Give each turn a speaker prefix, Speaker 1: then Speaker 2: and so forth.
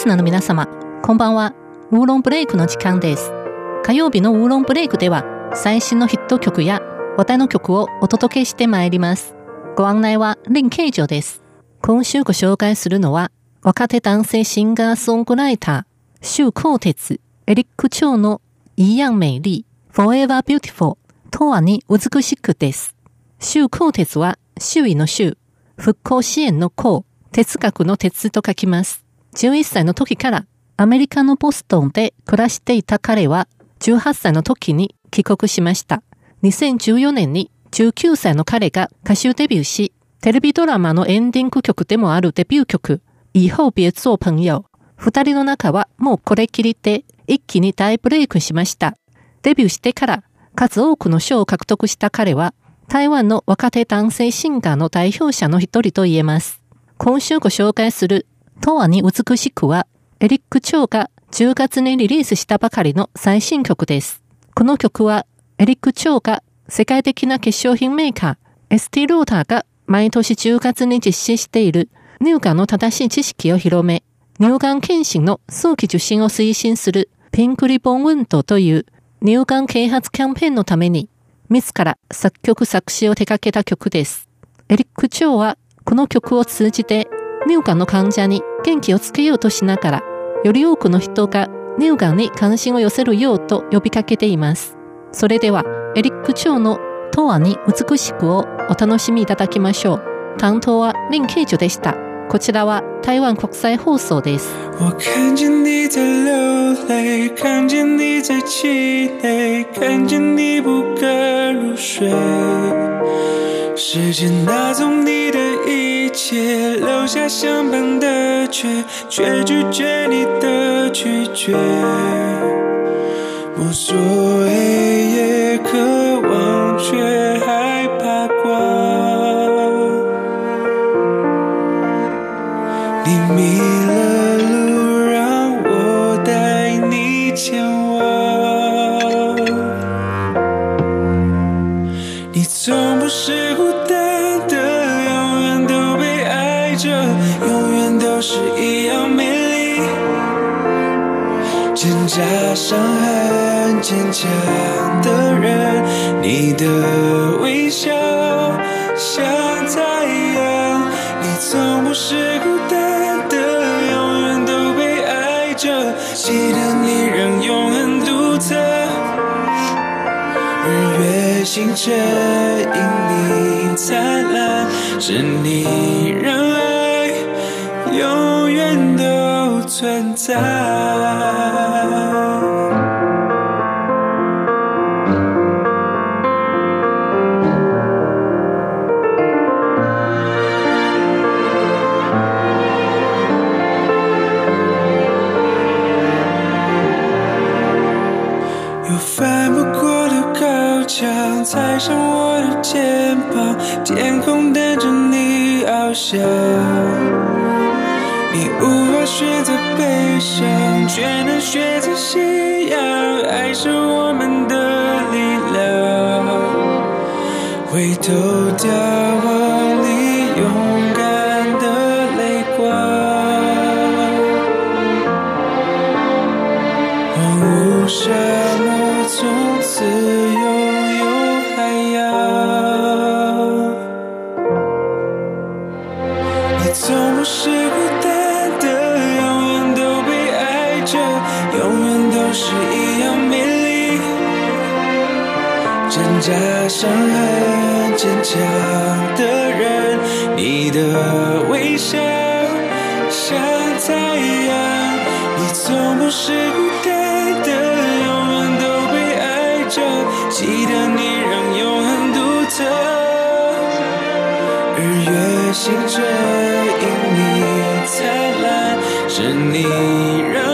Speaker 1: スナーの皆様、こんばんは。ウーロンブレイクの時間です。火曜日のウーロンブレイクでは最新のヒット曲や話題の曲をお届けしてまいります。ご案内は林慶女です。今週ご紹介するのは若手男性シンガーソングライター周光哲、エリック・チョウの一样美麗 Forever Beautiful 永遠に美しくです。周光哲は周囲の周、復興支援の興、哲学の哲と書きます。11歳の時からアメリカのボストンで暮らしていた彼は18歳の時に帰国しました。2014年に19歳の彼が歌手デビューし、テレビドラマのエンディング曲でもあるデビュー曲、以後別做朋友。二人の仲はもうこれきりで一気に大ブレイクしました。デビューしてから数多くの賞を獲得した彼は、台湾の若手男性シンガーの代表者の一人と言えます。今週ご紹介する永遠に美しくは、エリック・チョウが10月にリリースしたばかりの最新曲です。この曲は、エリック・チョウが世界的な化粧品メーカー、エスティローターが毎年10月に実施している乳がんの正しい知識を広め、乳がん検診の早期受診を推進するピンクリボン運動という乳がん啓発キャンペーンのために、自ら作曲作詞を手掛けた曲です。エリック・チョウはこの曲を通じて乳がんの患者に元気をつけようとしながら、より多くの人が乳がんに関心を寄せるようと呼びかけています。それでは、エリック・チョウの永遠に美しくをお楽しみいただきましょう。担当は林慶女でした。こちらは台湾国際放送です。
Speaker 2: 我看见你在流泪，看见你在气馁，看见你不敢入睡。时间拿走你的一切，留下相伴的却拒绝你的拒绝。无所谓也渴望，却害怕光。你迷了路，让我带你前往。你从不是孤单的，永远都被爱着，永远都是一样美丽。挣扎伤痕坚强的人，你的微笑像太阳。你从不是孤单的，永远都被爱着，记得你仍永恒独特。日月星辰因你灿烂，是你让爱永远都存在。有翻不过的高墙，踩上我的肩膀，天空等着你翱翔。你无法选择悲伤，却能选择信仰，爱是我们的力量。回头眺望你勇敢的泪光，荒芜沙漠从此拥有海洋。你从不是孤单的，永远都被爱着，永远都是一样美丽。挣扎伤痕坚强的人，你的微笑像太阳。你从不是孤单的，永远都被爱着，记得你仍永恒独特。日月星辰因你灿烂，是你让